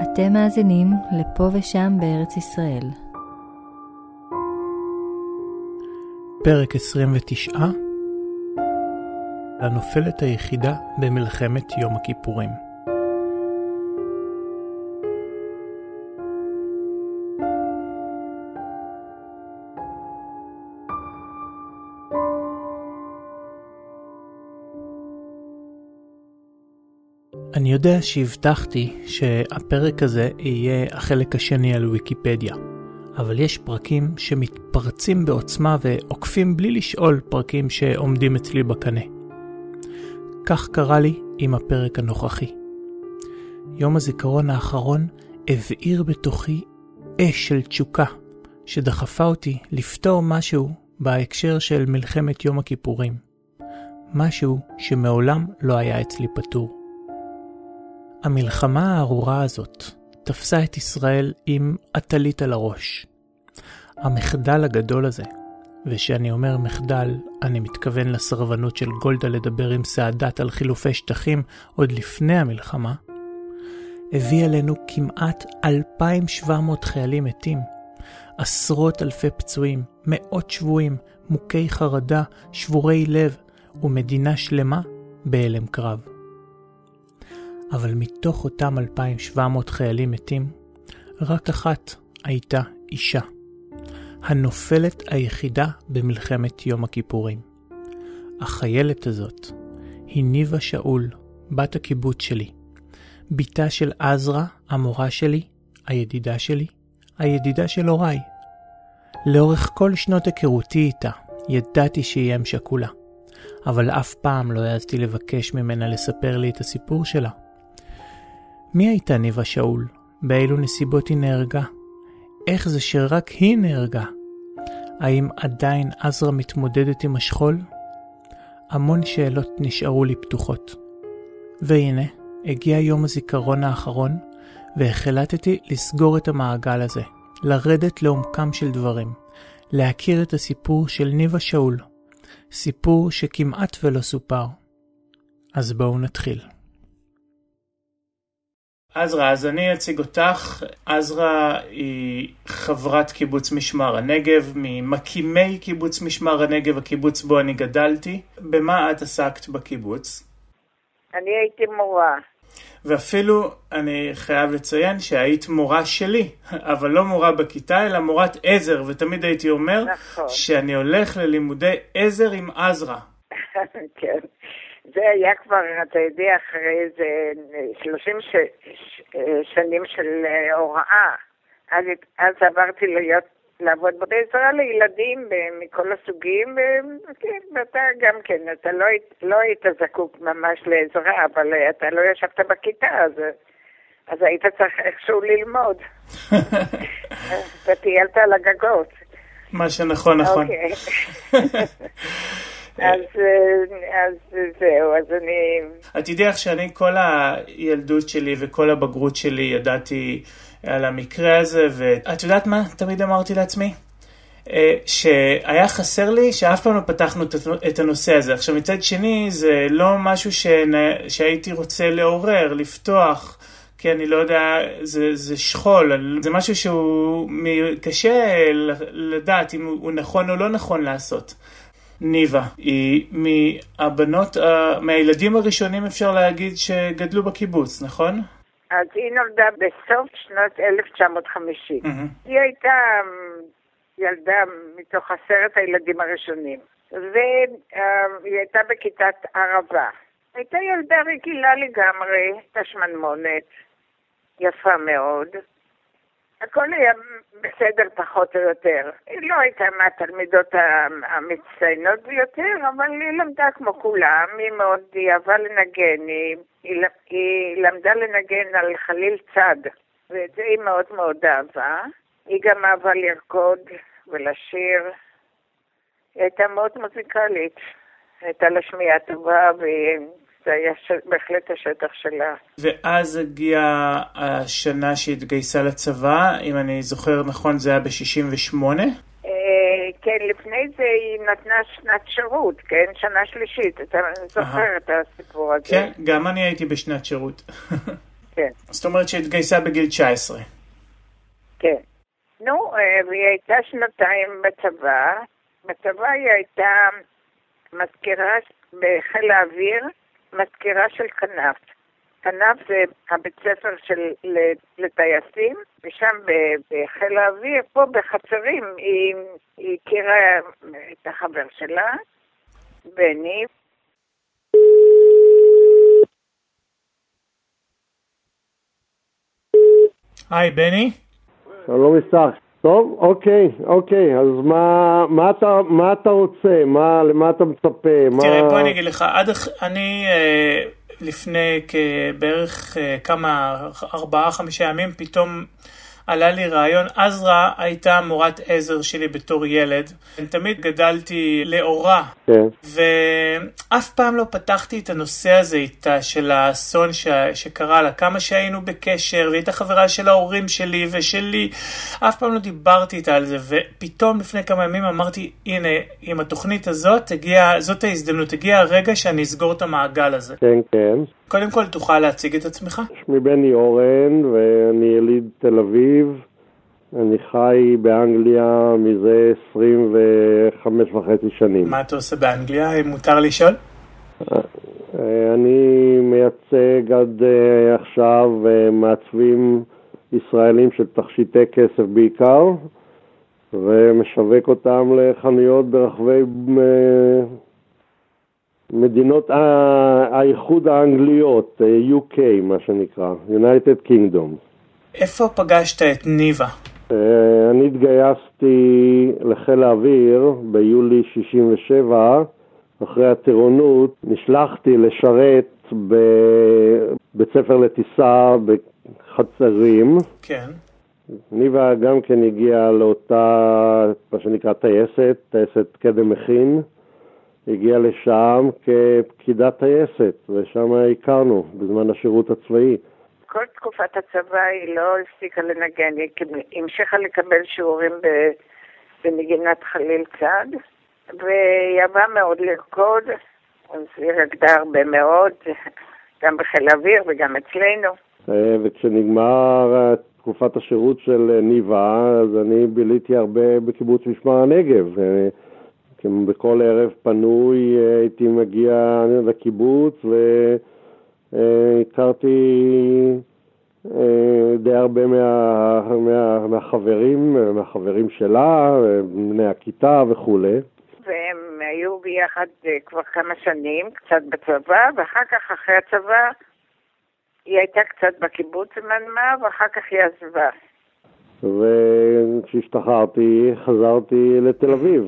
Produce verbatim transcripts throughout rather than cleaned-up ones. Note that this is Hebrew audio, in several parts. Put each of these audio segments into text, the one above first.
אתם מאזינים לפה ושם בארץ ישראל. פרק עשרים ותשע, הנופלת היחידה במלחמת יום הכיפורים. אני יודע שהבטחתי שהפרק הזה יהיה החלק השני על ויקיפדיה, אבל יש פרקים שמתפרצים בעוצמה ועוקפים בלי לשאול פרקים שעומדים אצלי בקנה. כך קרה לי עם הפרק הנוכחי. יום הזיכרון האחרון הבעיר בתוכי אש של תשוקה שדחפה אותי לפתור משהו בהקשר של מלחמת יום הכיפורים. משהו שמעולם לא היה אצלי פתור. המלחמה הארורה הזאת תפסה את ישראל עם עטלית על הראש. המחדל הגדול הזה, ושאני אומר מחדל, אני מתכוון לסרבנות של גולדה לדבר עם סעדת על חילופי שטחים עוד לפני המלחמה, הביא עלינו כמעט אלפיים ושבע מאות חיילים מתים, עשרות אלפי פצועים, מאות שבויים, מוכי חרדה, שבורי לב, ומדינה שלמה בהלם קרב. אבל מתוך אותם אלפיים ושבע מאות חיילים מתים, רק אחת הייתה אישה. הנופלת היחידה במלחמת יום הכיפורים. החיילת הזאת היא ניבה שאול, בת הקיבוץ שלי. ביתה של עזרה, המורה שלי, הידידה שלי, הידידה של הוריי. לאורך כל שנות היכרותי איתה, ידעתי שהיא אם שכולה. אבל אף פעם לא העזתי לבקש ממנה לספר לי את הסיפור שלה. מי הייתה ניבה שאול? באילו נסיבות היא נהרגה? איך זה שרק היא נהרגה? האם עדיין עזרה מתמודדת עם השכול? המון שאלות נשארו לי פתוחות. והנה, הגיע יום הזיכרון האחרון, והחלטתי לסגור את המעגל הזה, לרדת לעומקם של דברים, להכיר את הסיפור של ניבה שאול, סיפור שכמעט ולא סופר. אז בואו נתחיל. עזרה, אז אני אציג אותך. עזרה היא חברת קיבוץ משמר הנגב, ממקימי קיבוץ משמר הנגב, הקיבוץ בו אני גדלתי. במה את עסקת בקיבוץ? אני הייתי מורה. ואפילו אני חייב לציין שהיית מורה שלי, אבל לא מורה בכיתה, אלא מורת עזר, ותמיד הייתי אומר נכון. שאני הולך ללימודי עזר עם עזרה. כן. זה היה כבר, אתה יודע, אחרי איזה שלושים ש... שנים של הוראה. אז, אז עברתי להיות, לעבוד בעזרה לילדים מכל הסוגים, וכן, ואתה גם כן, אתה לא, לא היית זקוק ממש לעזרה, אבל אתה לא ישבת בכיתה, אז, אז היית צריך איכשהו ללמוד. וטיילת על הגגות. מה שנכון, נכון. אוקיי. אז, אז זהו, אז אני... את יודעת שאני כל הילדות שלי וכל הבגרות שלי ידעתי על המקרה הזה, ואת יודעת מה? תמיד אמרתי לעצמי שהיה חסר לי שאף פעם לא פתחנו את הנושא הזה. עכשיו מצד שני זה לא משהו שהייתי רוצה לעורר, לפתוח, כי אני לא יודע, זה, זה שכול, זה משהו שהוא קשה לדעת אם הוא נכון או לא נכון לעשות. ניבה היא מהבנות, מהילדים הראשונים אפשר להגיד שגדלו בקיבוץ, נכון? אז היא נולדה בסוף שנות אלף תשע מאות וחמישים. Mm-hmm. היא הייתה ילדה מתוך עשרת הילדים הראשונים. והיא הייתה בכיתת ערבה. הייתה ילדה רגילה לגמרי, תשמנמונת, יפה מאוד. הכל היה בסדר פחות או יותר. היא לא הייתה מהתלמידות המצטיינות ביותר, אבל היא למדה כמו כולם, היא מאוד אהבה לנגן, היא, היא, היא למדה לנגן על חליל צד, ואת זה היא מאוד מאוד אהבה. היא גם אהבה לרקוד ולשיר. היא הייתה מאוד מוזיקלית, הייתה לה שמיעה טובה והיא... זה היה ש... בהחלט השטח שלה. ואז הגיעה השנה שהתגייסה לצבא, אם אני זוכר נכון זה היה ב-שישים ושמונה? אה, כן, לפני זה היא נתנה שנת שירות, כן, שנה שלישית, אתה זוכר את הסיפור הזה. כן, גם אני הייתי בשנת שירות. כן. זאת אומרת שהתגייסה בגיל תשע עשרה. כן. נו, והיא הייתה שנתיים בצבא. בצבא היא הייתה מזכירה בחיל האוויר, מזכירה של כנף. כנף זה הבית ספר של לטייסים, ושם בחיל האוויר, פה בחצרים, היא, היא הכירה את החבר שלה, בני. היי, בני. שלום יצחק. טוב, אוקיי, אוקיי, אז מה, מה אתה, מה אתה רוצה? מה, למה אתה מצפה? תראה, מה... בוא אני אגיד לך, עד, אני אה, לפני בערך אה, כמה, ארבעה, חמישה ימים, פתאום עלה לי רעיון. עזרה הייתה מורת עזר שלי בתור ילד. אני תמיד גדלתי לאורה, כן. ואף פעם לא פתחתי את הנושא הזה איתה, של האסון ש... שקרה לה. כמה שהיינו בקשר, והייתה חברה של ההורים שלי ושלי, אף פעם לא דיברתי איתה על זה. ופתאום לפני כמה ימים אמרתי, הנה, עם התוכנית הזאת, תגיע, זאת ההזדמנות, הגיע הרגע שאני אסגור את המעגל הזה. כן, כן. קודם כל, תוכל להציג את עצמך? שמי בני אורן, ואני יליד תל אביב. אני חי באנגליה מזה עשרים וחמש וחצי שנים. מה אתה עושה באנגליה, אם מותר לשאול? אני מייצג עד עכשיו מעצבים ישראלים של תכשיטי כסף בעיקר, ומשווק אותם לחנויות ברחבי מדינות האיחוד האנגליות, יו קיי מה שנקרא, United Kingdom. איפה פגשת את ניבה? אני התגייסתי לחיל האוויר ביולי שישים ושבע, אחרי הטירונות נשלחתי לשרת בבית ספר לטיסה בחצרים. כן. ניבה גם כן הגיעה לאותה, מה שנקרא טייסת, טייסת קדם מכין, הגיעה לשם כפקידת טייסת, ושם הכרנו בזמן השירות הצבאי. כל תקופת הצבא היא לא הפסיקה לנגן, היא המשיכה לקבל שיעורים בנגינת חליל צד, והיא אהבה מאוד לרקוד, אז היא רקדה הרבה מאוד, גם בחיל האוויר וגם אצלנו. וכשנגמר תקופת השירות של ניבה, אז אני ביליתי הרבה בקיבוץ משמר הנגב. בכל ערב פנוי הייתי מגיע לקיבוץ, והכרתי די הרבה מה, מה, מהחברים, מהחברים שלה, בני הכיתה וכו'. והם היו ביחד כבר כמה שנים, קצת בצבא, ואחר כך אחרי הצבא היא הייתה קצת בקיבוץ זמן מה, ואחר כך היא עזבה. וכשהשתחררתי חזרתי לתל אביב,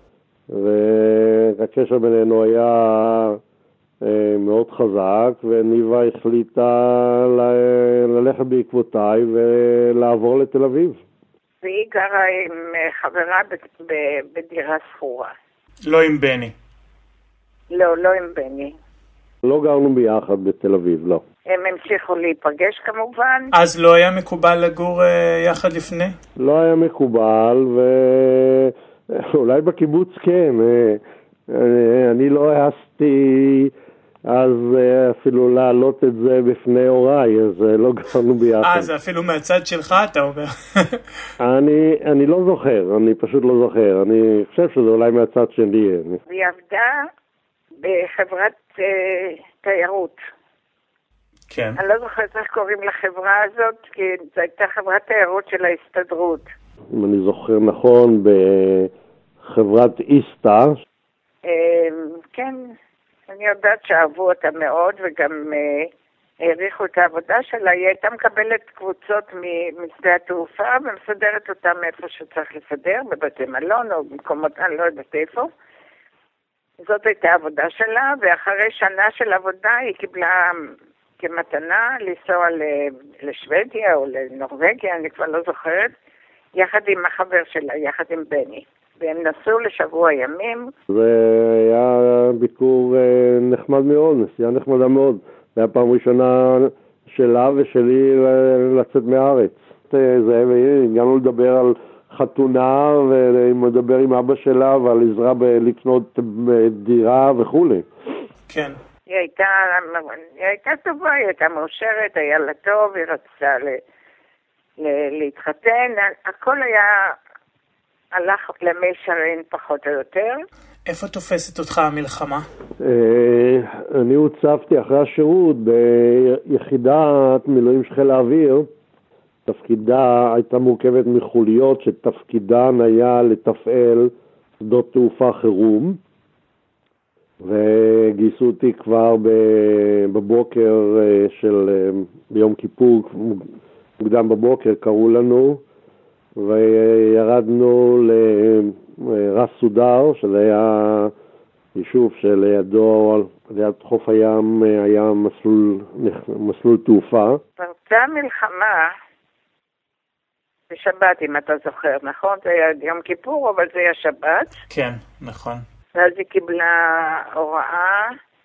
והקשר בינינו היה מאוד חזק, וניבה החליטה ללכת בעקבותיי ולעבור לתל אביב. והיא גרה עם חברה בדירה שכורה. לא עם בני. לא, לא עם בני. לא גרנו ביחד בתל אביב, לא. הם המשיכו להיפגש כמובן. אז לא היה מקובל לגור יחד לפני? לא היה מקובל, ואולי בקיבוץ כן. אני לא העסתי אז אפילו להעלות את זה בפני הוריי, אז לא גרנו ביחד. אה, זה אפילו מהצד שלך, אתה אומר. אני, אני לא זוכר, אני פשוט לא זוכר. אני חושב שזה אולי מהצד שלי. והיא עבדה בחברת uh, תיירות. כן. אני לא זוכרת איך קוראים לחברה הזאת, כי זו הייתה חברת תיירות של ההסתדרות. אם אני זוכר נכון, בחברת איסטה. Uh, כן. אני יודעת שאהבו אותה מאוד וגם uh, העריכו את העבודה שלה. היא הייתה מקבלת קבוצות משדה התעופה ומסדרת אותה מאיפה שצריך לסדר, בבתי מלון או במקומות, אני לא יודעת איפה. זאת הייתה העבודה שלה, ואחרי שנה של עבודה היא קיבלה כמתנה לנסוע לשוודיה או לנורווגיה, אני כבר לא זוכרת, יחד עם החבר שלה, יחד עם בני. והם נסעו לשבוע ימים. זה היה ביקור נחמד מאוד, נסיעה נחמדה מאוד. זה היה פעם ראשונה שלה ושלי לצאת מהארץ. זה, והגענו לדבר על חתונה, ולדבר עם אבא שלה ועל עזרה בלקנות דירה וכו'. כן. היא הייתה, היא הייתה טובה, היא הייתה מאושרת, היה לה טוב, היא רצתה ל, ל, להתחתן, הכל היה, הלך למי שרין פחות או יותר. איפה תופסת אותך המלחמה? אני הוצבתי אחרי השירות ביחידת מילואים של חיל האוויר. תפקידה הייתה מורכבת מחוליות שתפקידן היה לתפעל שדות תעופה חירום, וגייסו אותי כבר בבוקר של ביום כיפור, מוקדם בבוקר קראו לנו, וירדנו לרס סודר, שזה היה יישוב שלידו, ליד חוף הים, היה מסלול, מסלול תעופה. פרצה מלחמה בשבת, אם אתה זוכר, נכון? זה היה יום כיפור, אבל זה היה שבת. כן, נכון. ואז היא קיבלה הוראה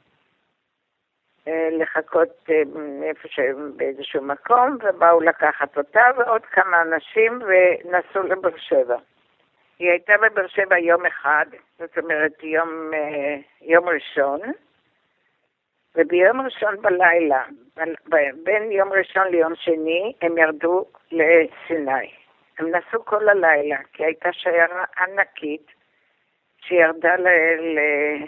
לחכות איפה באיזשהו מקום, ובאו לקחת אותה ועוד כמה אנשים ונסעו לבאר שבע. היא הייתה בבאר שבע יום אחד, זאת אומרת יום, יום ראשון, וביום ראשון בלילה, בין יום ראשון ליום שני, הם ירדו לסיני. הם נסעו כל הלילה, כי הייתה שיירה ענקית שירדה ל... ל...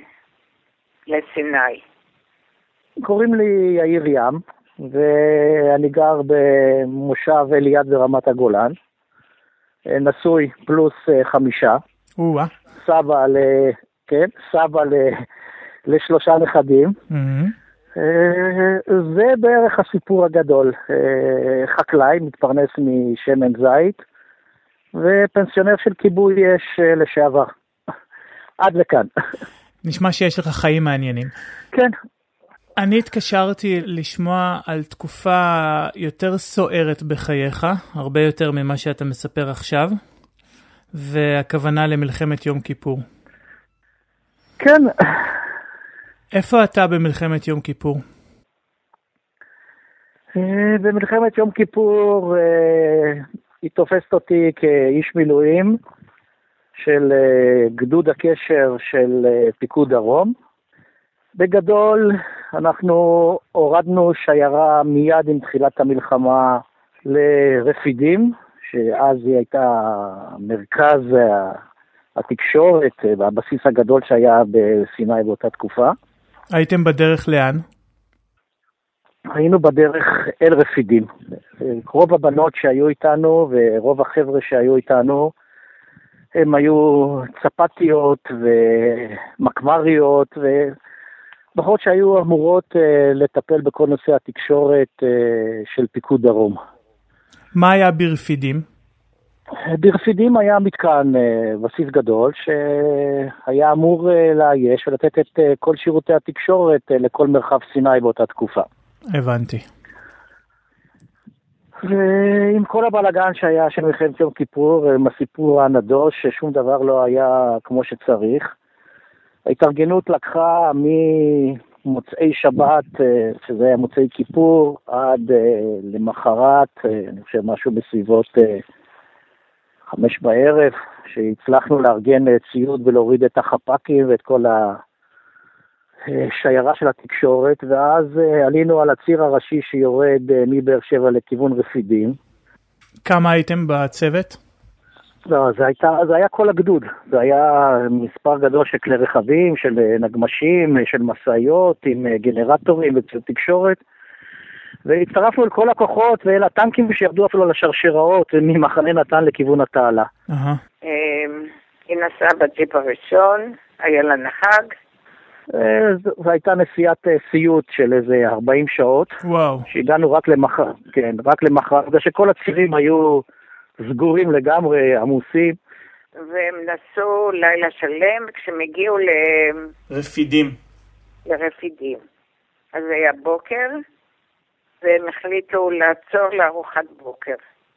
לסיני. קוראים לי יאיר ים, ואני גר במושב אליעד ברמת הגולן. נשוי פלוס חמישה. וואה. סבא ל... כן, סבא ל... לשלושה נכדים. Mm-hmm. זה בערך הסיפור הגדול. חקלאי, מתפרנס משמן זית, ופנסיונר של כיבוי אש לשעבר. עד לכאן. נשמע שיש לך חיים מעניינים. כן. אני התקשרתי לשמוע על תקופה יותר סוערת בחייך, הרבה יותר ממה שאתה מספר עכשיו, והכוונה למלחמת יום כיפור. כן. איפה אתה במלחמת יום כיפור? במלחמת יום כיפור היא תופסת אותי כאיש מילואים של גדוד הקשר של פיקוד דרום. בגדול אנחנו הורדנו שיירה מיד עם תחילת המלחמה לרפידים, שאז היא הייתה מרכז התקשורת, הבסיס הגדול שהיה בסיני באותה תקופה. הייתם בדרך לאן? היינו בדרך אל רפידים. רוב הבנות שהיו איתנו ורוב החבר'ה שהיו איתנו, הם היו צפתיות ומקמריות ובחורות שהיו אמורות לטפל בכל נושא התקשורת של פיקוד דרום. מה היה ברפידים? ברפידים היה מתקן בסיס גדול שהיה אמור לאייש ולתת את כל שירותי התקשורת לכל מרחב סיני באותה תקופה. הבנתי. ועם כל הבלגן שהיה של מלחמת יום כיפור, עם הסיפור הנדוש ששום דבר לא היה כמו שצריך, ההתארגנות לקחה ממוצאי שבת, שזה היה מוצאי כיפור, עד למחרת, אני חושב משהו בסביבות חמש בערב, שהצלחנו לארגן ציוד ולהוריד את החפקים ואת כל השיירה של התקשורת, ואז עלינו על הציר הראשי שיורד מבאר שבע לכיוון רפידים. כמה הייתם בצוות? לא, זה, הייתה, זה היה כל הגדוד. זה היה מספר גדול של כלי רכבים, של נגמשים, של מסעיות, עם גנרטורים וציוד תקשורת. והצטרפנו אל כל הכוחות ואל הטנקים שירדו אפילו על השרשראות ממחנה נתן לכיוון התעלה. Uh-huh. היא נסעה בג'יפ הראשון, היה לה נהג. זו הייתה נסיעת סיוט של איזה ארבעים שעות. וואו. שהגענו רק למחר, כן, רק למחר, בגלל שכל הצירים היו סגורים לגמרי, עמוסים. והם נסעו לילה שלם, כשהם הגיעו ל... רפידים. לרפידים. אז היה בוקר, והם החליטו לעצור לארוחת בוקר.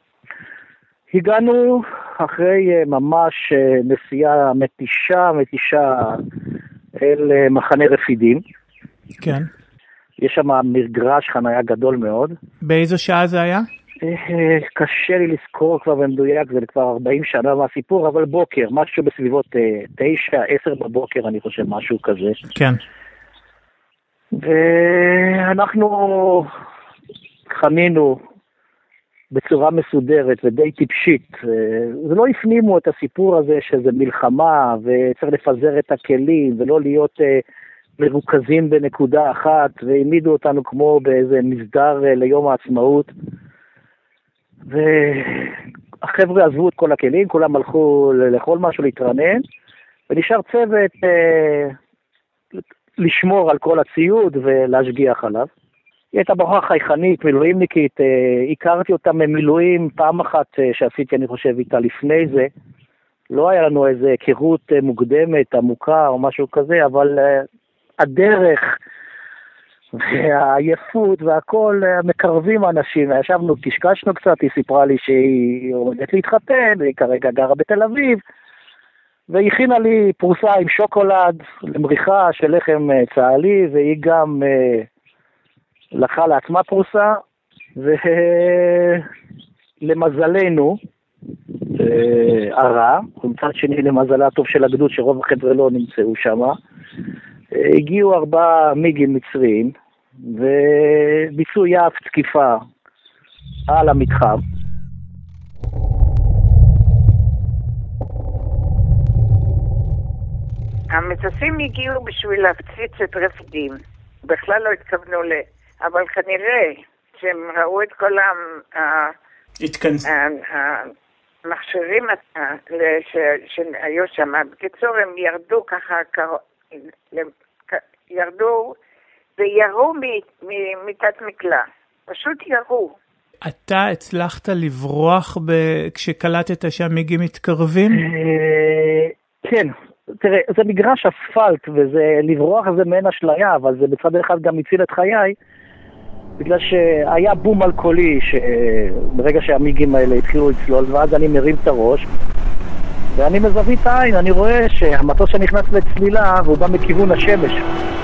הגענו אחרי ממש נסיעה מתישה, מתישה אל מחנה רפידים. כן. יש שם מגרש חניה גדול מאוד. באיזו שעה זה היה? קשה לי לזכור כבר במדויק, זה כבר ארבעים שנה מהסיפור, אבל בוקר, משהו בסביבות תשע, עשר בבוקר, אני חושב, משהו כזה. כן. ואנחנו חנינו בצורה מסודרת ודי טיפשית. זה לא הפנימו את הסיפור הזה שזה מלחמה וצריך לפזר את הכלים ולא להיות מרוכזים בנקודה אחת, והעמידו אותנו כמו באיזה מסדר ליום העצמאות. והחבר'ה עזבו את כל הכלים, כולם הלכו לאכול משהו, להתרנן, ונשאר צוות אה, לשמור על כל הציוד ולהשגיח עליו. היא הייתה בחורה חייכנית, מילואימניקית, אה, הכרתי אותה ממילואים פעם אחת אה, שעשיתי, אני חושב, איתה לפני זה. לא היה לנו איזו היכרות אה, מוקדמת, עמוקה או משהו כזה, אבל אה, הדרך והעייפות והכל מקרבים אנשים. ישבנו, קשקשנו קצת, היא סיפרה לי שהיא עומדת להתחתן, והיא כרגע גרה בתל אביב, והיא הכינה לי פרוסה עם שוקולד למריחה של לחם צהלי, והיא גם אה, לקחה לעצמה פרוסה, ולמזלנו, אה, הרע, ומצד שני למזלה הטוב של הגדוד שרוב החבר'ה לא נמצאו שם, אה, הגיעו ארבעה מיגים מצריים, וביצעו יעף תקיפה על המתחם. המטוסים הגיעו בשביל להפציץ את רפדים. בכלל לא התכוונו ל... אבל כנראה שהם ראו את כל המכשירים שהיו שם. בקיצור, הם ירדו ככה, ירדו וירו מתת מקלע. פשוט ירו. אתה הצלחת לברוח כשקלטת שהמיגים מתקרבים? כן. תראה, זה מגרש אספלט, וזה לברוח זה מעין אשליה, אבל זה בצד אחד גם הציל את חיי, בגלל שהיה בום אלכוהולי שברגע שהמיגים האלה התחילו לצלול, ואז אני מרים את הראש, ואני מזווית העין, אני רואה שהמטוס שנכנס לצלילה, והוא בא מכיוון השמש.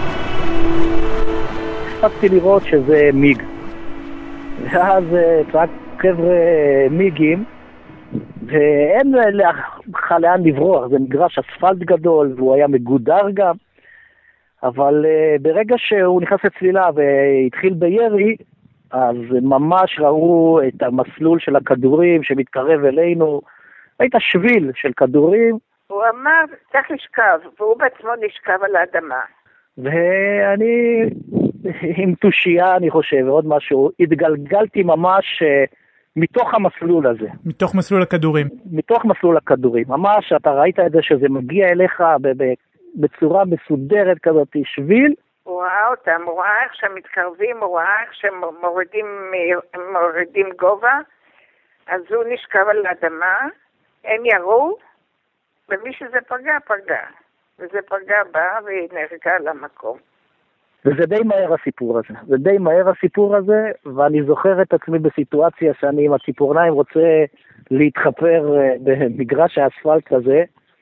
הספקתי לראות שזה מיג. ואז צעק חבר'ה מיגים, ואין לך לאן לברוח, זה מגרש אספלט גדול, והוא היה מגודר גם, אבל uh, ברגע שהוא נכנס לצלילה והתחיל בירי, אז ממש ראו את המסלול של הכדורים שמתקרב אלינו, היית שביל של כדורים. הוא אמר, צריך לשכב, והוא בעצמו נשכב על האדמה. ואני, עם תושייה אני חושב, ועוד משהו, התגלגלתי ממש... Uh, מתוך המסלול הזה. מתוך מסלול הכדורים. מתוך מסלול הכדורים. ממש, אתה ראית את זה שזה מגיע אליך בצורה מסודרת כזאת, שביל. הוא ראה אותם, הוא ראה איך שהם מתקרבים, הוא ראה איך שהם מורידים, מורידים גובה, אז הוא נשכב על האדמה, הם ירו, ומי שזה פגע, פגע. וזה פגע בה והיא נהרגה למקום. וזה די מהר הסיפור הזה, זה די מהר הסיפור הזה, ואני זוכר את עצמי בסיטואציה שאני עם הציפורניים רוצה להתחפר במגרש האספלט הזה,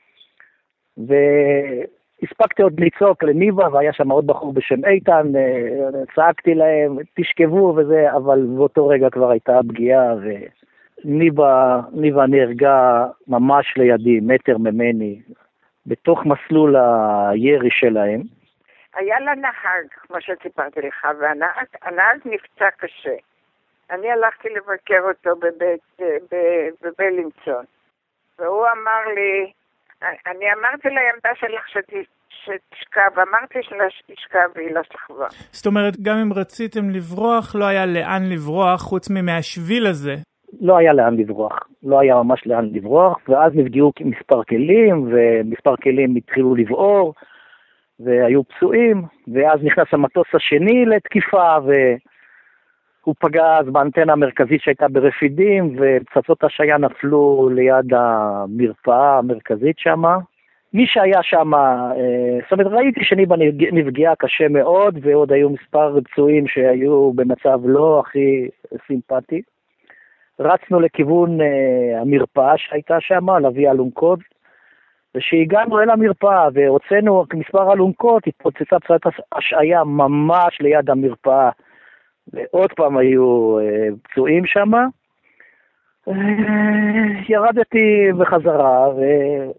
והספקתי עוד לצעוק לניבה, והיה שם עוד בחור בשם איתן, צעקתי להם, תשכבו וזה, אבל באותו רגע כבר הייתה פגיעה, וניבה ניבה נהרגה ממש לידי, מטר ממני, בתוך מסלול הירי שלהם. היה לה נהג, כמו שסיפרתי לך, והנהג נפצע קשה. אני הלכתי לבקר אותו בבית, בבלינסון, והוא אמר לי, אני אמרתי לילדה שלך שתשכב, אמרתי שלה שתשכב והיא לא שכבה. זאת אומרת, גם אם רציתם לברוח, לא היה לאן לברוח חוץ מהשביל הזה. לא היה לאן לברוח, לא היה ממש לאן לברוח, ואז נפגעו מספר כלים, ומספר כלים התחילו לבעור, והיו פצועים, ואז נכנס המטוס השני לתקיפה, והוא פגע אז באנטנה המרכזית שהייתה ברפידים, ופצצות השעיה נפלו ליד המרפאה המרכזית שם. מי שהיה שם, זאת אומרת, ראיתי שניבה נפגעה קשה מאוד, ועוד היו מספר פצועים שהיו במצב לא הכי סימפטי. רצנו לכיוון המרפאה שהייתה שם, להביא אלונקות, ושהגענו אל המרפאה והוצאנו מספר אלונקות, התפוצצה פצצת השעיה ממש ליד המרפאה, ועוד פעם היו אה, פצועים שם. אה, ירדתי בחזרה,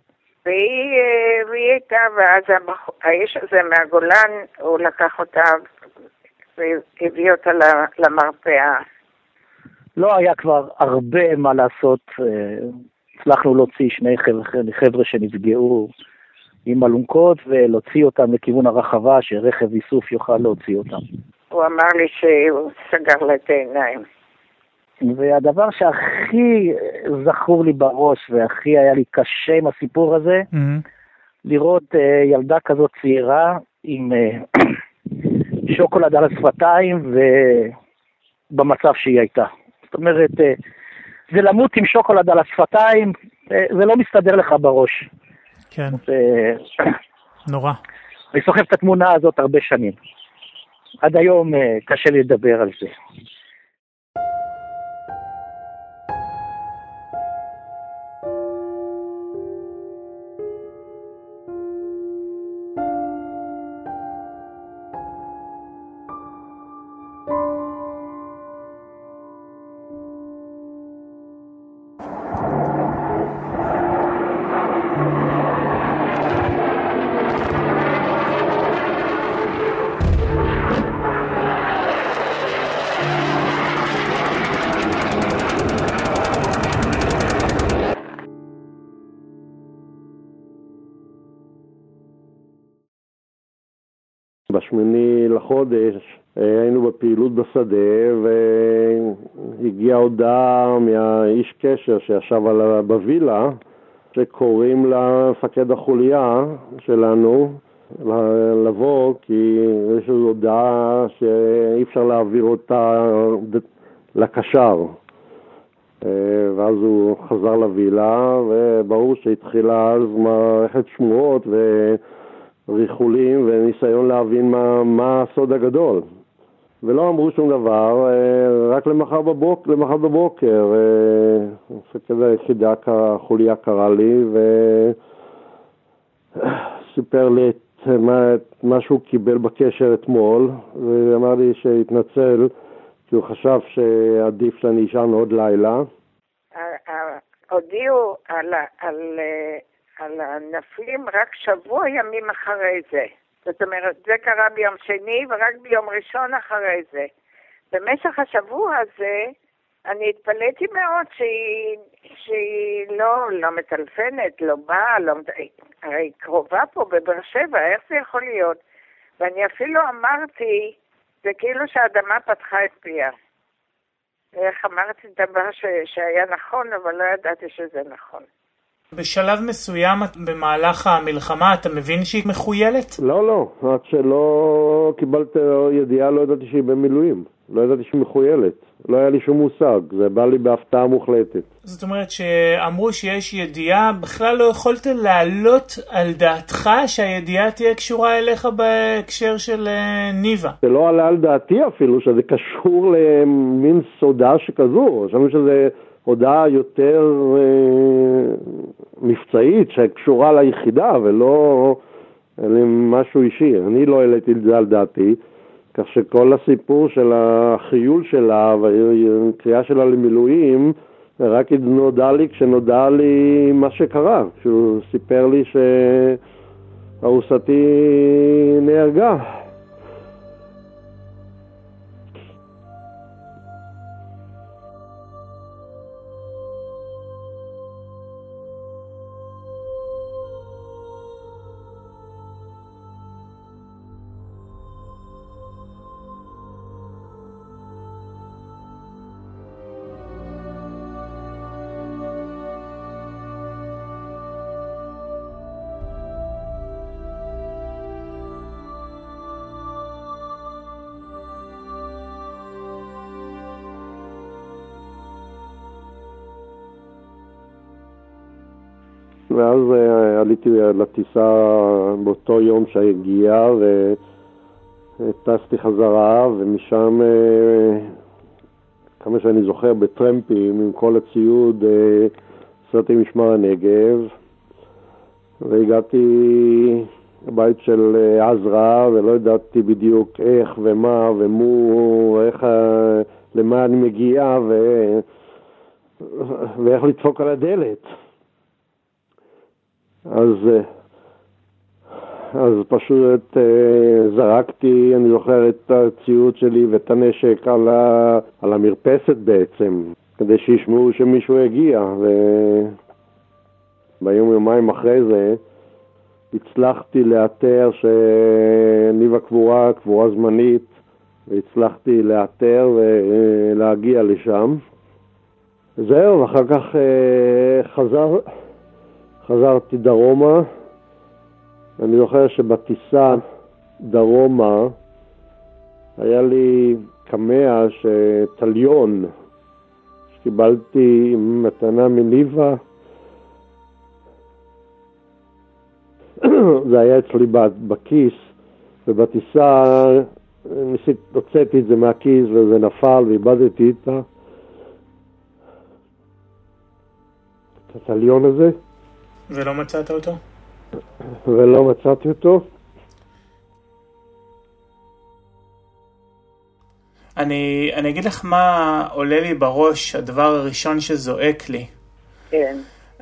והיא, והיא הייתה, ואז האיש הזה מהגולן, הוא לקח אותה והביא אותה למרפאה. לא היה כבר הרבה מה לעשות, הצלחנו להוציא שני חבר'ה שנפגעו עם אלונקות ולהוציא אותם לכיוון הרחבה שרכב איסוף יוכל להוציא אותם. הוא אמר לי שהוא סגר לה את העיניים. והדבר שהכי זכור לי בראש והכי היה לי קשה עם הסיפור הזה, mm-hmm. לראות uh, ילדה כזאת צעירה עם uh, שוקולד על השפתיים ובמצב שהיא הייתה. זאת אומרת, uh, זה למות עם שוקולד על השפתיים, uh, זה לא מסתדר לך בראש. כן. ו... נורא. אני סוחב את התמונה הזאת הרבה שנים. עד היום uh, קשה לי לדבר על זה. בשמיני לחודש היינו בפעילות בשדה והגיעה הודעה מהאיש קשר שישב על בווילה שקוראים למפקד החוליה שלנו לבוא כי יש הודעה שאי אפשר להעביר אותה לקשר. ואז הוא חזר לווילה וברור שהתחילה אז מערכת שמועות ו... ריחולים וניסיון להבין מה, מה הסוד הגדול. ולא אמרו שום דבר, רק למחר בבוקר, למחר בבוקר, מפקד היחידה החוליה קרא לי וסיפר לי את מה, את מה שהוא קיבל בקשר אתמול, ואמר לי שהתנצל, כי הוא חשב שעדיף שאני אשן עוד לילה. הודיעו על... על... על הנפלים רק שבוע ימים אחרי זה. זאת אומרת, זה קרה ביום שני ורק ביום ראשון אחרי זה. במשך השבוע הזה, אני התפלאתי מאוד שהיא, שהיא לא, לא מטלפנת, לא באה, לא, הרי קרובה פה בבאר שבע, איך זה יכול להיות? ואני אפילו אמרתי, זה כאילו שהאדמה פתחה את פיה. איך אמרתי דבר ש, שהיה נכון, אבל לא ידעתי שזה נכון. בשלב מסוים במהלך המלחמה אתה מבין שהיא מחוילת? לא, לא. עד שלא קיבלת ידיעה לא ידעתי שהיא במילואים. לא ידעתי שהיא מחוילת. לא היה לי שום מושג. זה בא לי בהפתעה מוחלטת. זאת אומרת שאמרו שיש ידיעה, בכלל לא יכולת להעלות על דעתך שהידיעה תהיה קשורה אליך בהקשר של ניבה. זה לא עלה על דעתי אפילו, שזה קשור למין סודה שכזו. חשבנו שזה... הודעה יותר אה, מבצעית שקשורה ליחידה ולא למשהו אישי. אני לא העליתי את זה על דעתי, כך שכל הסיפור של החיול שלה והקריאה שלה למילואים רק נודע לי כשנודע לי מה שקרה. כשהוא סיפר לי שארוסתי נהרגה. ואז עליתי לטיסה באותו יום שהגיעה וטסתי חזרה, ומשם, כמה שאני זוכר, בטרמפים עם כל הציוד, נסעתי משמר הנגב והגעתי לבית של עזרא ולא ידעתי בדיוק איך ומה ומו, איך, למה אני מגיע ו... ואיך לדפוק על הדלת. אז, אז פשוט זרקתי, אני זוכר את הציוד שלי ואת הנשק על, ה, על המרפסת בעצם, כדי שישמעו שמישהו הגיע, וביום יומיים אחרי זה הצלחתי לאתר שניב הקבורה, קבורה זמנית, והצלחתי לאתר ולהגיע לשם. זהו, ואחר כך חזר, חזרתי דרומה. אני זוכר שבטיסה דרומה היה לי קמע שטליון שקיבלתי מתנה מניבה. זה היה אצלי בכיס, ובטיסה ניסית, הוצאתי את זה מהכיס וזה נפל ואיבדתי איתה. את הטליון הזה. ולא מצאת אותו? ולא מצאתי אותו. אני, אני אגיד לך מה עולה לי בראש, הדבר הראשון שזועק לי. כן.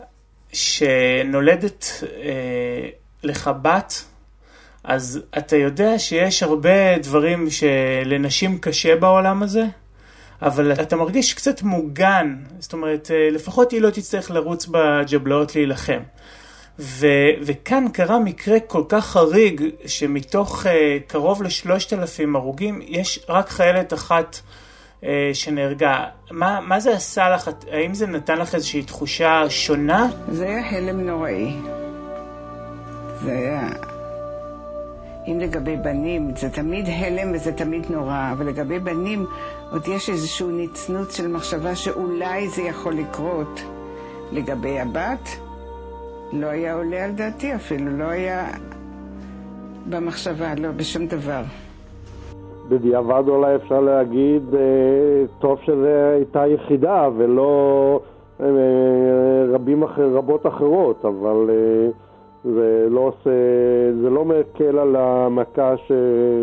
שנולדת אה, לך בת, אז אתה יודע שיש הרבה דברים שלנשים קשה בעולם הזה, אבל אתה מרגיש קצת מוגן, זאת אומרת, לפחות היא לא תצטרך לרוץ בג'בלאות להילחם. ו- וכאן קרה מקרה כל כך חריג, שמתוך uh, קרוב לשלושת אלפים הרוגים, יש רק חיילת אחת uh, שנהרגה. מה, מה זה עשה לך? האם זה נתן לך איזושהי תחושה שונה? זה היה הלם נוראי. זה היה... אם לגבי בנים, זה תמיד הלם וזה תמיד נורא, אבל לגבי בנים עוד יש איזשהו ניצנוץ של מחשבה שאולי זה יכול לקרות. לגבי הבת, לא היה עולה על דעתי אפילו, לא היה במחשבה, לא בשום דבר. בדיעבד אולי אפשר להגיד, טוב שזה הייתה יחידה ולא רבים אחר, רבות אחרות, אבל זה לא עושה, זה לא מקל על המכה ש...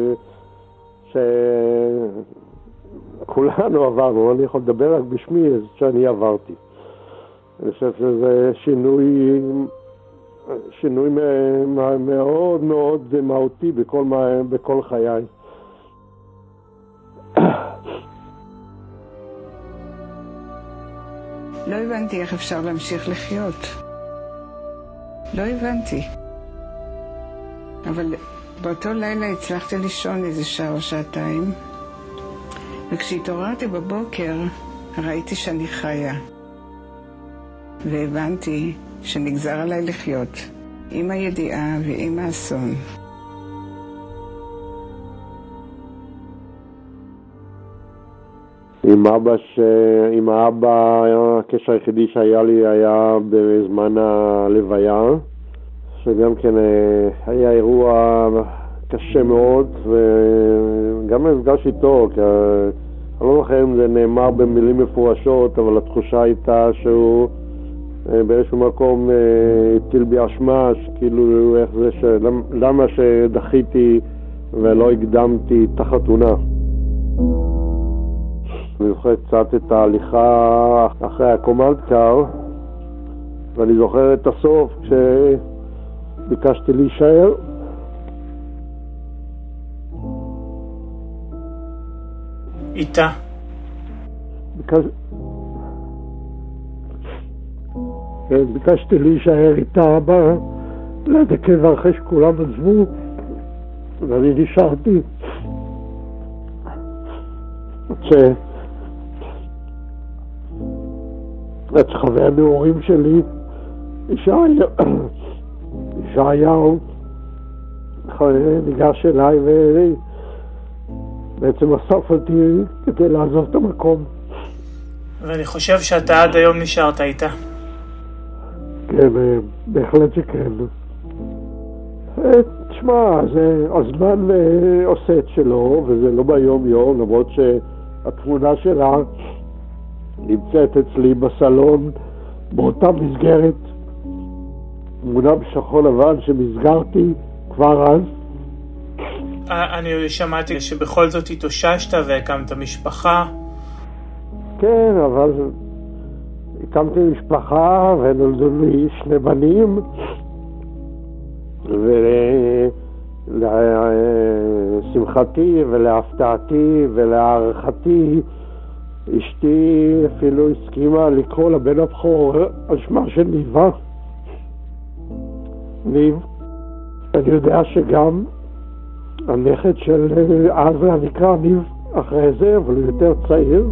שכולנו עברנו. אני יכול לדבר רק בשמי, שאני עברתי. אני חושב שזה שינוי, שינוי מאוד מאוד מהותי בכל, בכל חיי. לא הבנתי איך אפשר להמשיך לחיות. לא הבנתי. אבל באותו לילה הצלחתי לישון איזה שעה או שעתיים, וכשהתעוררתי בבוקר ראיתי שאני חיה. והבנתי שנגזר עליי לחיות, עם הידיעה ועם האסון. עם אבא, ש... עם האבא, הקשר היחידי שהיה לי היה בזמן הלוויה, שגם כן היה אירוע קשה מאוד, וגם נפגש איתו, כי אני לא זוכר אם זה נאמר במילים מפורשות, אבל התחושה הייתה שהוא באיזשהו מקום הטיל בי אשמה, כאילו איך זה ש... למה שדחיתי ולא הקדמתי את החתונה. אני זוכר קצת את ההליכה אחרי הקומנד קאר, ואני זוכר את הסוף כשביקשתי להישאר. איתה. ביקש... ביקשתי להישאר איתה הבאה, ליד הקבר אחרי שכולם עזבו, ואני נשארתי. ש... את חבר הנאורים שלי, ישעיהו, ניגש אליי ובעצם אסף אותי כדי לעזוב את המקום. ואני חושב שאתה עד היום נשארת איתה. כן, בהחלט שכן. תשמע, הזמן עושה את שלו, וזה לא ביום יום, למרות שהתמונה שלה נמצאת אצלי בסלון באותה מסגרת, תמונה בשחור לבן שמסגרתי כבר אז. אני שמעתי שבכל זאת התאוששת והקמת משפחה. כן, אבל הקמתי משפחה ונולדו לי שני בנים, ולשמחתי ולהפתעתי ולהערכתי, אשתי אפילו הסכימה לקרוא לבן הבכור על שמה של ניבה. ניב, אני יודע שגם הנכד של עזרא נקרא ניב אחרי זה, אבל הוא יותר צעיר.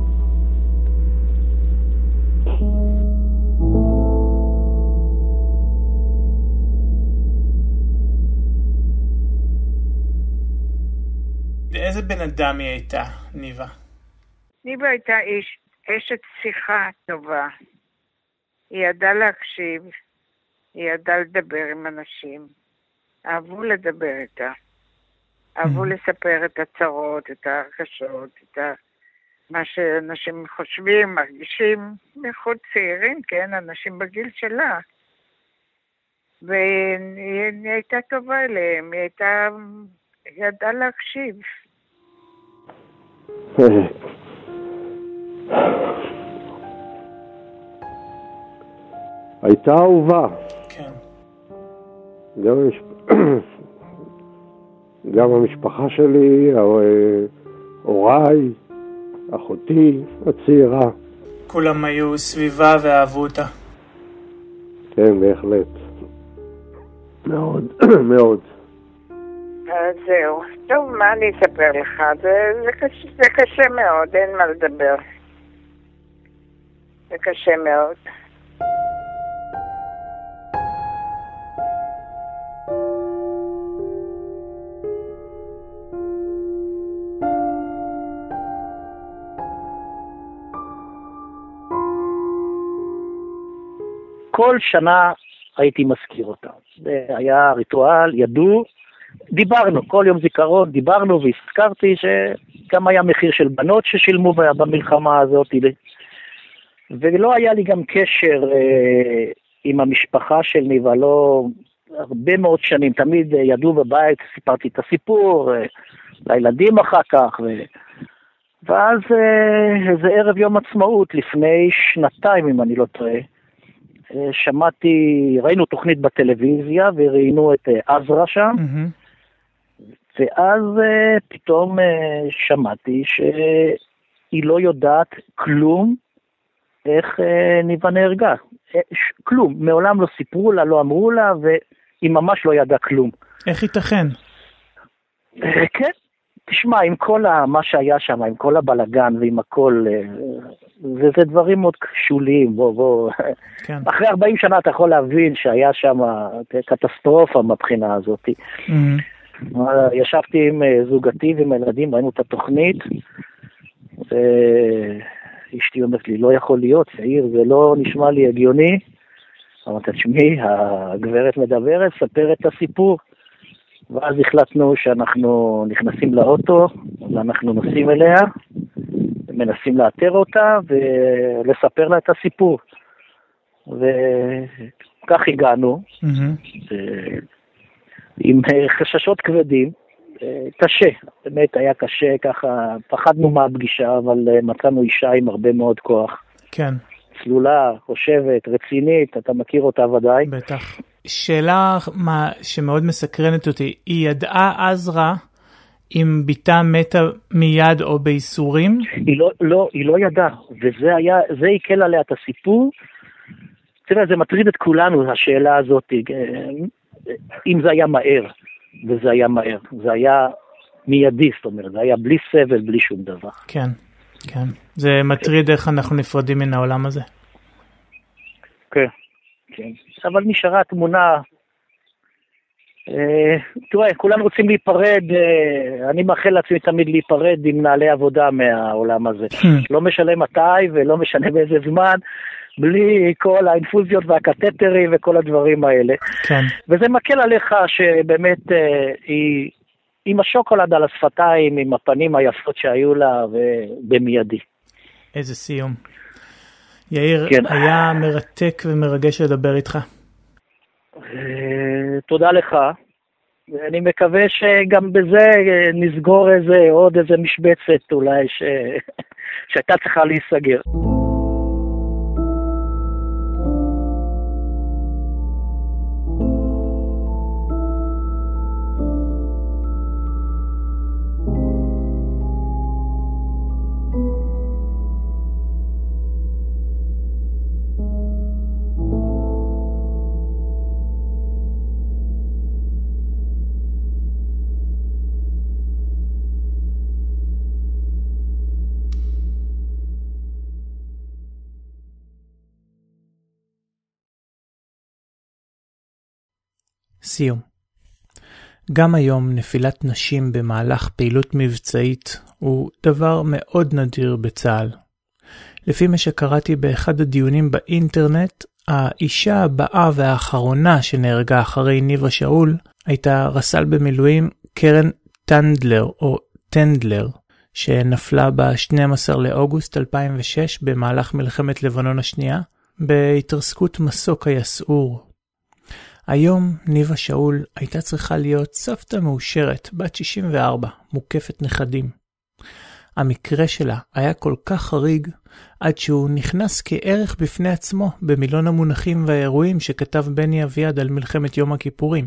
איזה בן אדם היא הייתה, ניבה? ניבה הייתה איש, אשת שיחה טובה. היא ידעה להקשיב, היא ידעה לדבר עם אנשים. אהבו לדבר איתה. אהבו לספר את הצרות, את ההרגשות, את ה... מה שאנשים חושבים, מרגישים, בייחוד צעירים, כן, אנשים בגיל שלה. והיא הייתה טובה אליהם, היא הייתה, היא ידעה להקשיב. הייתה אהובה. כן. גם, גם המשפחה שלי, הוריי, אחותי הצעירה. כולם היו סביבה ואהבו אותה. כן, בהחלט. מאוד, מאוד. אז זהו. טוב, מה אני אספר לך? זה, זה, קשה, זה קשה מאוד, אין מה לדבר. זה קשה מאוד. כל שנה הייתי מזכיר אותה. זה היה ריטואל, ידעו, דיברנו, כל יום זיכרון, דיברנו והזכרתי שגם היה מחיר של בנות ששילמו במלחמה הזאת. ולא היה לי גם קשר אה, עם המשפחה של ניבה, לא הרבה מאוד שנים, תמיד ידעו בבית, סיפרתי את הסיפור, אה, לילדים אחר כך, ו... ואז אה, איזה ערב יום עצמאות, לפני שנתיים אם אני לא טועה, שמעתי, ראינו תוכנית בטלוויזיה וראינו את עזרא שם, mm-hmm. ואז uh, פתאום uh, שמעתי שהיא לא יודעת כלום איך uh, ניבה נהרגה. ש- כלום, מעולם לא סיפרו לה, לא אמרו לה, והיא ממש לא ידעה כלום. איך ייתכן? Uh, כן, תשמע, עם כל ה- מה שהיה שם, עם כל הבלגן ועם הכל... Uh, וזה דברים מאוד שוליים, בוא, בוא. כן. אחרי ארבעים שנה אתה יכול להבין שהיה שם קטסטרופה מבחינה הזאת. Mm-hmm. ישבתי עם זוגתי ועם הילדים, ראינו את התוכנית, ואשתי אומרת לי, לא יכול להיות, צעיר, זה לא נשמע לי הגיוני. אמרתי, תשמעי, הגברת מדברת, ספר את הסיפור. ואז החלטנו שאנחנו נכנסים לאוטו, ואנחנו נוסעים אליה, מנסים לאתר אותה ולספר לה את הסיפור. וכך הגענו, mm-hmm. עם חששות כבדים, קשה, באמת היה קשה, ככה פחדנו מהפגישה, אבל מצאנו אישה עם הרבה מאוד כוח. כן. צלולה, חושבת, רצינית, אתה מכיר אותה ודאי. בטח. שאלה מה, שמאוד מסקרנת אותי, היא ידעה עזרא אם ביתה מתה מיד או בייסורים? היא לא, לא, היא לא ידעה, וזה היה, זה יקל עליה את הסיפור. תראה, זה מטריד את כולנו, השאלה הזאת, אם זה היה מהר, וזה היה מהר, זה היה מיידי, זאת אומרת, זה היה בלי סבל, בלי שום דבר. כן, כן. זה מטריד איך אנחנו נפרדים מן העולם הזה. כן, כן. אבל נשארה התמונה... תראה, כולנו רוצים להיפרד, אני מאחל לעצמי תמיד להיפרד עם מנהלי עבודה מהעולם הזה. לא משנה מתי ולא משנה באיזה זמן, בלי כל האינפוזיות והקטטרים וכל הדברים האלה. כן. וזה מקל עליך שבאמת היא עם השוקולד על השפתיים, עם הפנים היפות שהיו לה ובמיידי. איזה סיום. יאיר, כן. היה מרתק ומרגש לדבר איתך. תודה לך. אני מקווה שגם בזה נסגור איזה, עוד איזה משבצת אולי ש... שהייתה צריכה להיסגר. סיום. גם היום נפילת נשים במהלך פעילות מבצעית הוא דבר מאוד נדיר בצה"ל. לפי מה שקראתי באחד הדיונים באינטרנט, האישה הבאה והאחרונה שנהרגה אחרי ניבה שאול הייתה רס"ל במילואים קרן טנדלר או טנדלר, שנפלה ב-שנים עשר לאוגוסט אלפיים ושש במהלך מלחמת לבנון השנייה בהתרסקות מסוק היסעור. היום ניבה שאול הייתה צריכה להיות סבתא מאושרת, בת שישים וארבע, מוקפת נכדים. המקרה שלה היה כל כך חריג עד שהוא נכנס כערך בפני עצמו במילון המונחים והאירועים שכתב בני אביעד על מלחמת יום הכיפורים.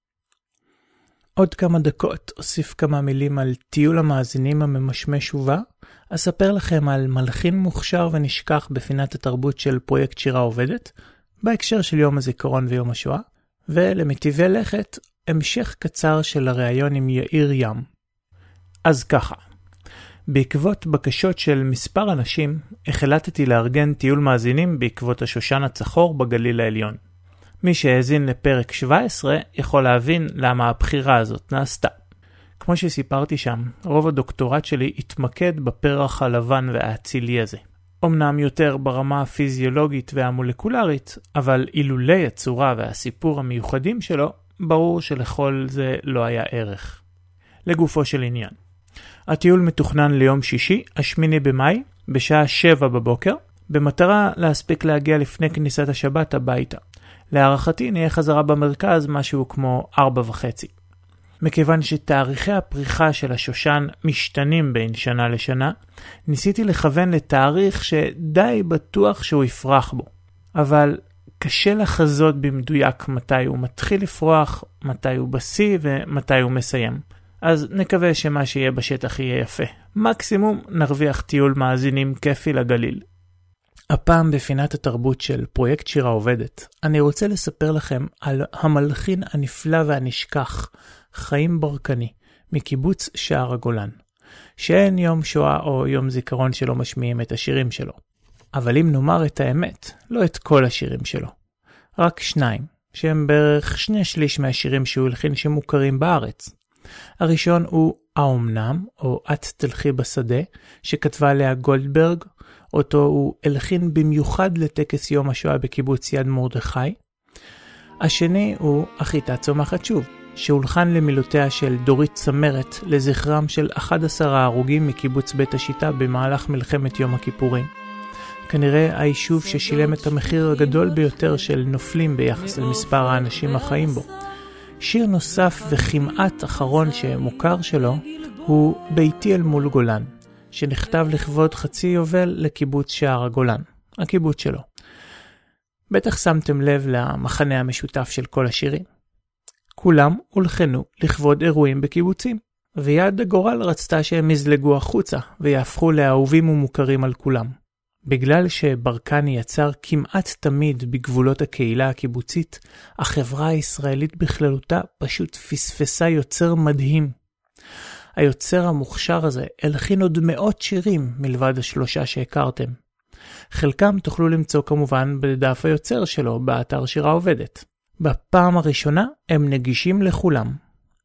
עוד כמה דקות אוסיף כמה מילים על טיול המאזינים הממשמש ובא, אספר לכם על מלחין מוכשר ונשכח בפינת התרבות של פרויקט שירה עובדת, בהקשר של יום הזיכרון ויום השואה, ולמטיבי לכת, המשך קצר של הראיון עם יאיר ים. אז ככה, בעקבות בקשות של מספר אנשים, החלטתי לארגן טיול מאזינים בעקבות השושן הצחור בגליל העליון. מי שהאזין לפרק שבע עשרה יכול להבין למה הבחירה הזאת נעשתה. כמו שסיפרתי שם, רוב הדוקטורט שלי התמקד בפרח הלבן והאצילי הזה. אמנם יותר ברמה הפיזיולוגית והמולקולרית, אבל אילולי הצורה והסיפור המיוחדים שלו, ברור שלכל זה לא היה ערך. לגופו של עניין. הטיול מתוכנן ליום שישי, השמיני במאי, בשעה שבע בבוקר, במטרה להספיק להגיע לפני כניסת השבת הביתה. להערכתי נהיה חזרה במרכז משהו כמו ארבע וחצי. מכיוון שתאריכי הפריחה של השושן משתנים בין שנה לשנה, ניסיתי לכוון לתאריך שדי בטוח שהוא יפרח בו. אבל קשה לחזות במדויק מתי הוא מתחיל לפרוח, מתי הוא בשיא ומתי הוא מסיים. אז נקווה שמה שיהיה בשטח יהיה יפה. מקסימום נרוויח טיול מאזינים כיפי לגליל. הפעם בפינת התרבות של פרויקט שירה עובדת, אני רוצה לספר לכם על המלחין הנפלא והנשכח, חיים ברקני, מקיבוץ שער הגולן, שאין יום שואה או יום זיכרון שלא משמיעים את השירים שלו. אבל אם נאמר את האמת, לא את כל השירים שלו. רק שניים, שהם בערך שני שליש מהשירים שהוא הלחין שמוכרים בארץ. הראשון הוא האומנם, או את תלכי בשדה, שכתבה עליה גולדברג, אותו הוא הלחין במיוחד לטקס יום השואה בקיבוץ יד מרדכי. השני הוא החיטה צומחת שוב, שהולחן למילותיה של דורית צמרת לזכרם של אחד עשר ההרוגים מקיבוץ בית השיטה במהלך מלחמת יום הכיפורים. כנראה היישוב ששילם את המחיר הגדול ביותר של נופלים ביחס למספר האנשים החיים בו. שיר נוסף וכמעט אחרון שמוכר שלו הוא ביתי אל מול גולן, שנכתב לכבוד חצי יובל לקיבוץ שער הגולן, הקיבוץ שלו. בטח שמתם לב למחנה המשותף של כל השירים. כולם הולחנו לכבוד אירועים בקיבוצים, ויד הגורל רצתה שהם יזלגו החוצה ויהפכו לאהובים ומוכרים על כולם. בגלל שברקני יצר כמעט תמיד בגבולות הקהילה הקיבוצית, החברה הישראלית בכללותה פשוט פספסה יוצר מדהים. היוצר המוכשר הזה הלחין עוד מאות שירים מלבד השלושה שהכרתם. חלקם תוכלו למצוא כמובן בדף היוצר שלו באתר שירה עובדת. בפעם הראשונה הם נגישים לכולם.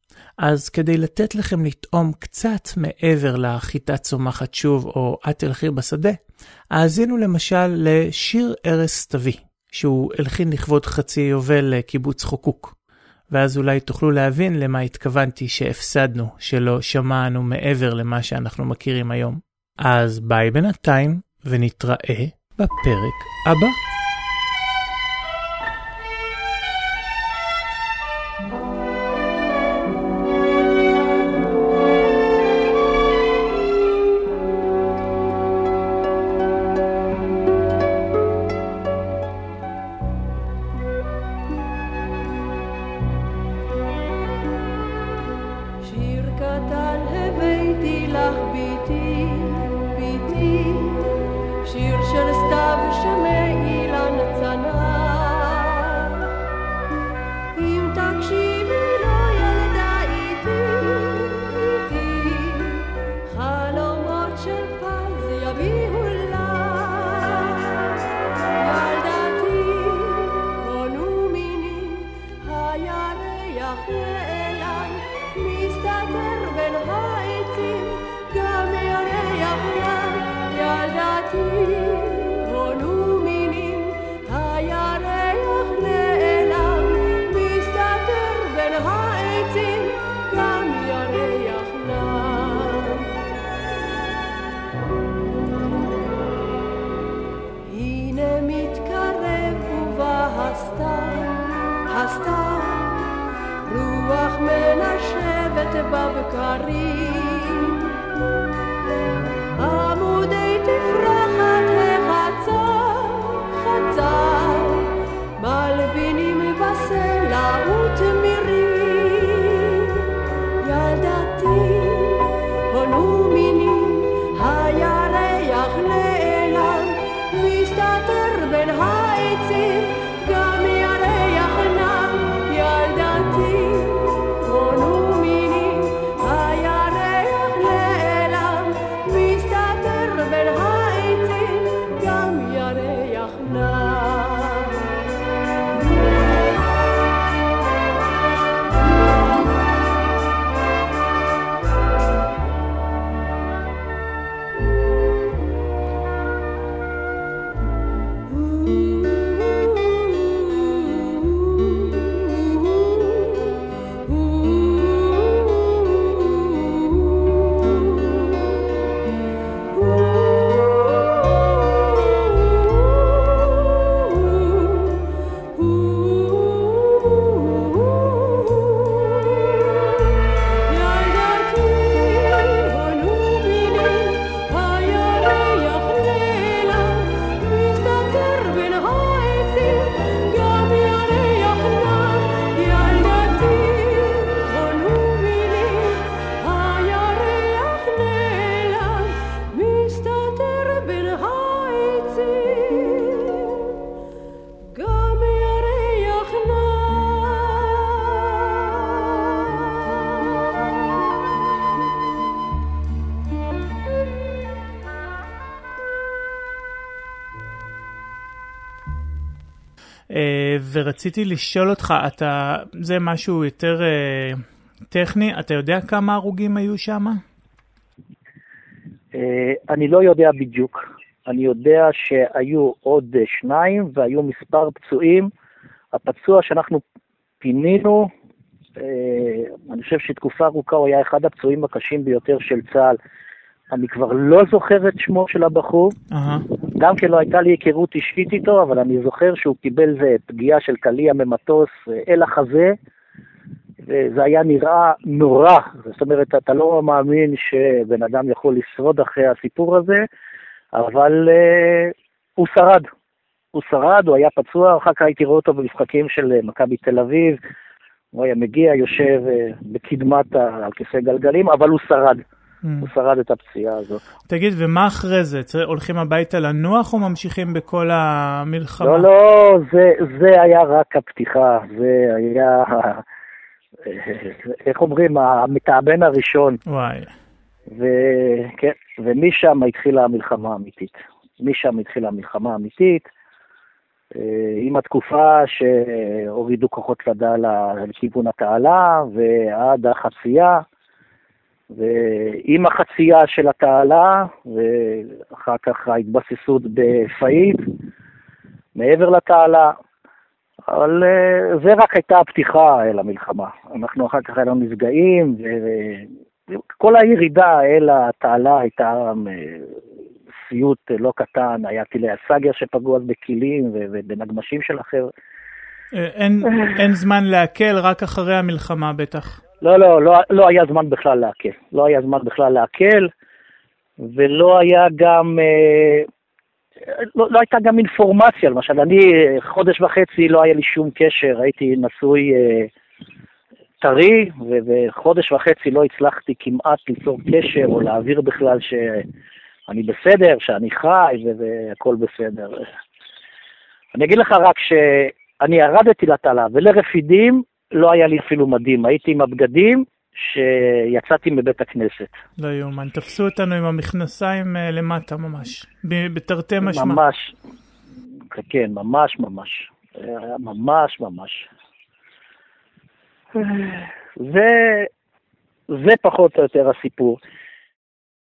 אז כדי לתת לכם לטעום קצת מעבר לחיטה צומחת שוב או את תלכי בשדה, האזינו למשל לשיר ארץ סתווי, שהוא הלחין לכבוד חצי יובל לקיבוץ חוקוק. ואז אולי תוכלו להבין למה התכוונתי שהפסדנו, שלא שמענו מעבר למה שאנחנו מכירים היום. אז ביי בינתיים, ונתראה בפרק הבא. Yare מסתתר בין העצים, גם ירח ים, ילדתי, הונו מינים, הירח נעלם, מסתתר בין העצים, גם ירח נם. הנה מתקרב ובא הסתיו, הסתיו, רוח מנשבת בבקרים, עמודי תפרחת החצר, חצר, מלבינים בסלע ותמירים. ילדתי, הונו מינים, הירח נעלם, מסתתר בין העצים, גם ירח נם. ילדתי, הונו מינים, הירח נעלם, מסתתר בין העצים, גם ירח נם. ורציתי לשאול אותך, אתה, זה משהו יותר אה, טכני, אתה יודע כמה הרוגים היו שם? אה, אני לא יודע בדיוק. אני יודע שהיו עוד שניים והיו מספר פצועים. הפצוע שאנחנו פינינו, אה, אני חושב שתקופה ארוכה הוא היה אחד הפצועים הקשים ביותר של צה"ל. אני כבר לא זוכר את שמו של הבחור, uh-huh. גם כן לא הייתה לי היכרות אישית איתו, אבל אני זוכר שהוא קיבל זה פגיעה של קליע ממטוס אל החזה, וזה היה נראה נורא. זאת אומרת, אתה לא מאמין שבן אדם יכול לשרוד אחרי הסיפור הזה, אבל uh, הוא שרד. הוא שרד, הוא היה פצוע, אחר כך הייתי רואה אותו במשחקים של מכבי תל אביב, הוא היה מגיע, יושב uh, בקדמת על כיסא גלגלים, אבל הוא שרד. הוא שרד את הפציעה הזאת. תגיד, ומה אחרי זה? הולכים הביתה לנוח או ממשיכים בכל המלחמה? לא, לא, זה, זה היה רק הפתיחה. זה היה, איך אומרים, המתאבן הראשון. וואי. וכן, ומשם התחילה המלחמה האמיתית. משם התחילה המלחמה האמיתית, עם התקופה שהורידו כוחות לדל לכיוון התעלה, ועד החצייה, ועם החצייה של התעלה, ואחר כך ההתבססות בפאית, מעבר לתעלה, אבל זה רק הייתה הפתיחה אל המלחמה. אנחנו אחר כך היינו נפגעים, וכל הירידה אל התעלה הייתה סיוט לא קטן, היה טילי הסגר שפגעו אז בכלים ובנגמשים של אחר. אין, אין זמן להקל, רק אחרי המלחמה בטח. לא, לא, לא, לא היה זמן בכלל להקל. לא היה זמן בכלל להקל, ולא היה גם, אה, לא, לא הייתה גם אינפורמציה. למשל, אני חודש וחצי לא היה לי שום קשר, הייתי נשוי אה, טרי, וחודש וחצי לא הצלחתי כמעט ליצור קשר, או להעביר בכלל שאני בסדר, שאני חי, והכל בסדר. אני אגיד לך רק שאני ירדתי לתעלה, ולרפידים, לא היה לי אפילו מדים, הייתי עם הבגדים שיצאתי מבית הכנסת. לא יומן, תפסו אותנו עם המכנסיים למטה ממש, בתרתי משמע. ממש, כן, ממש ממש, ממש ממש. זה פחות או יותר הסיפור.